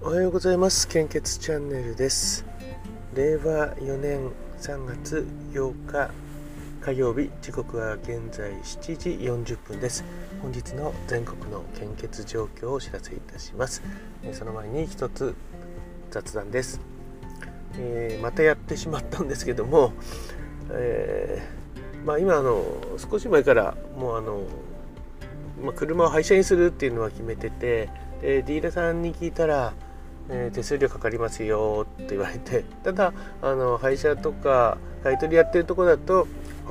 おはようございます。献血チャンネルです。令和4年3月8日火曜日、時刻は現在7時40分です。本日の全国の献血状況をお知らせいたします。その前に一つ雑談です。またやってしまったんですけども、今少し前からもう車を廃車にするっていうのは決めてて、ディーラーさんに聞いたら、手数料かかりますよって言われて、ただ廃車とか買い取りやってるとこだと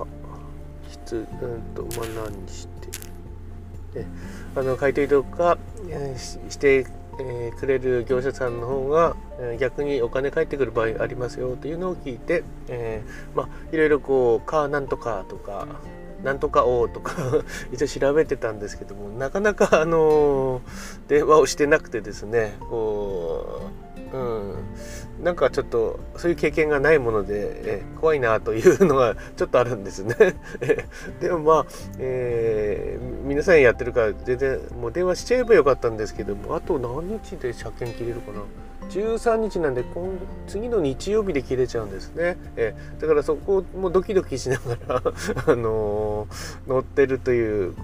何して買い取りとか、してくれる業者さんの方が、逆にお金返ってくる場合ありますよというのを聞いて、いろいろカーなんとかとかなんとかとか一応調べてたんですけども、なかなか電話をしてなくてですね、なんかちょっとそういう経験がないもので、怖いなというのがちょっとあるんですねでも皆さんやってるから全然もう電話しちゃえばよかったんですけども、あと何日で車検切れるかな、13日なんで次の日曜日で切れちゃうんですね。だからそこもドキドキしながら乗ってるという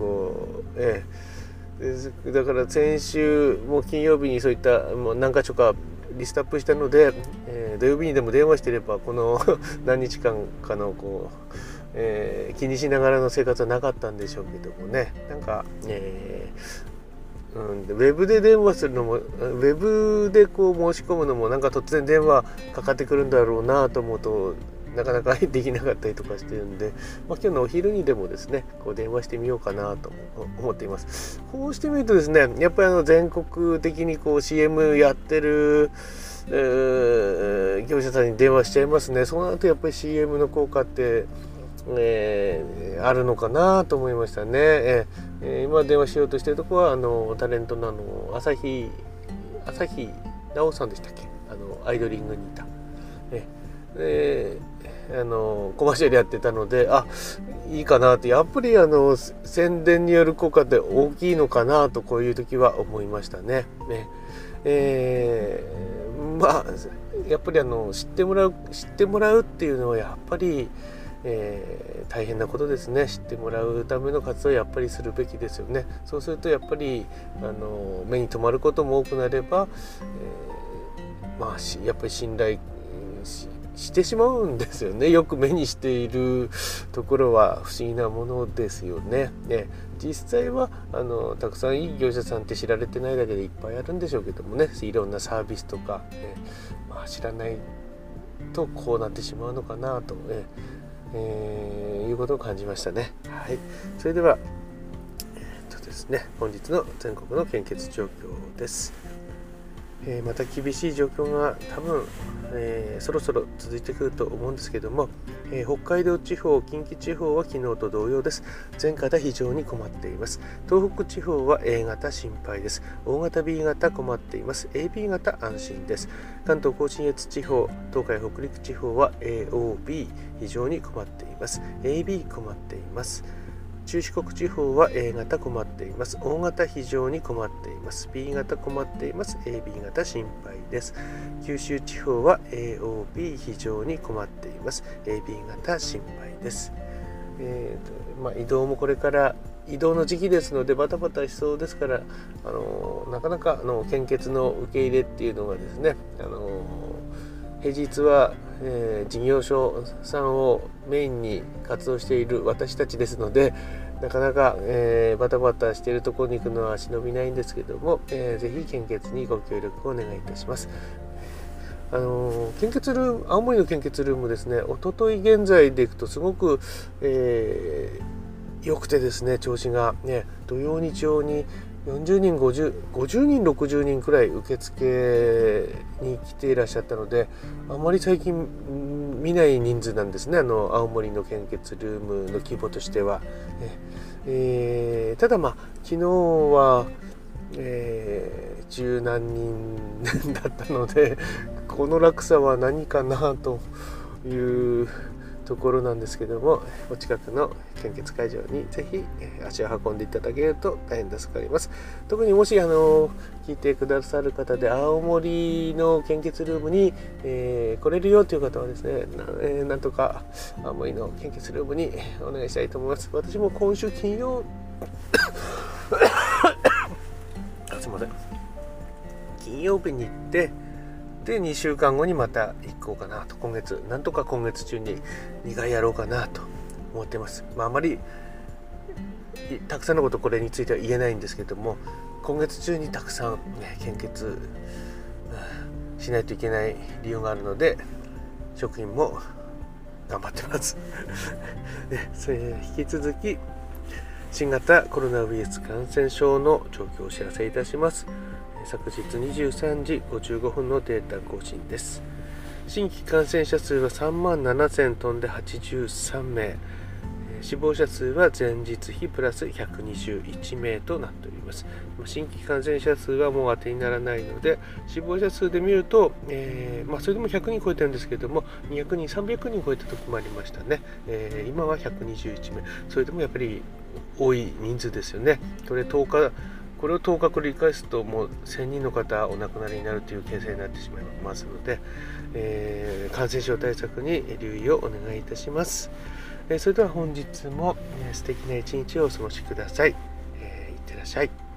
だから先週も金曜日にそういったもう何か所かリストアップしたので、土曜日にでも電話してればこの何日間かの気にしながらの生活はなかったんでしょうけどもね、なんか、ウェブで電話するのもウェブで申し込むのもなんか突然電話かかってくるんだろうなと思うとなかなかできなかったりとかしてるんで、今日のお昼にでもですね電話してみようかなと思っています。こうしてみるとですね、やっぱり全国的にCM やってる業者さんに電話しちゃいますね。そうなるとやっぱり CM の効果ってあるのかなと思いましたね。今電話しようとしてるとこはタレントの朝日奈央さんでしたっけ、アイドリングにいた、コマーシャルやってたので、いいかなって、やっぱり宣伝による効果って大きいのかなとこういう時は思いましたね。やっぱり知ってもらうっていうのはやっぱり大変なことですね。知ってもらうための活動をやっぱりするべきですよね。そうするとやっぱり目に留まることも多くなれば、やっぱり信頼してしまうんですよね。よく目にしているところは不思議なものですよね。実際はたくさんいい業者さんって知られてないだけでいっぱいあるんでしょうけどもね、いろんなサービスとか、知らないとこうなってしまうのかなと、いうことを感じましたね。はい、それではですね、本日の全国の献血状況です。また厳しい状況が多分、そろそろ続いてくると思うんですけども、北海道地方、近畿地方は昨日と同様です。全型非常に困っています。東北地方は A 型心配です。大型 B 型困っています。AB 型安心です。関東甲信越地方、東海北陸地方は AOB 非常に困っています。AB 困っています。中四国地方は A 型困っています。大型非常に困っています。B 型困っています。AB 型心配です。九州地方は AOB 非常に困っています。AB 型心配です。移動もこれから移動の時期ですのでバタバタしそうですから、なかなか献血の受け入れっていうのがですね、平日は、事業所さんをメインに活動している私たちですので、なかなか、バタバタしているところに行くのは忍びないんですけども、ぜひ献血にご協力をお願いいたします。献血ルーム、青森の献血ルームですね、おととい現在でいくとすごく、良くてですね、調子がね、土曜日曜に40人50人60人くらい受付に来ていらっしゃったので、あまり最近見ない人数なんですね、青森の献血ルームの規模としては。ただ昨日は、十何人だったのでこの落差は何かなというところなんですけども、お近くの献血会場にぜひ足を運んでいただけると大変助かります。特にもし聞いてくださる方で青森の献血ルームに、来れるよという方はですね、なんとか青森の献血ルームにお願いしたいと思います。私も今週金曜すいません、金曜日に行ってで2週間後にまた行こうかなと、なんとか今月中に2回やろうかなと思ってます。あまりたくさんのことこれについては言えないんですけども、今月中にたくさん、献血しないといけない理由があるので、職員も頑張ってますそれ引き続き新型コロナウイルス感染症の状況をお知らせいたします。昨日23時55分のデータ更新です。新規感染者数は3万7000トンで83名、死亡者数は前日比プラス121名となっております。新規感染者数はもう当てにならないので、死亡者数で見ると、それでも100人超えてるんですけども、200人300人超えた時もありましたね。今は121名、それでもやっぱり多い人数ですよね。これを10日繰り返すともう1000人の方お亡くなりになるという形勢になってしまいますので、感染症対策に留意をお願いいたします。それでは本日も素敵な一日をお過ごしください。いってらっしゃい。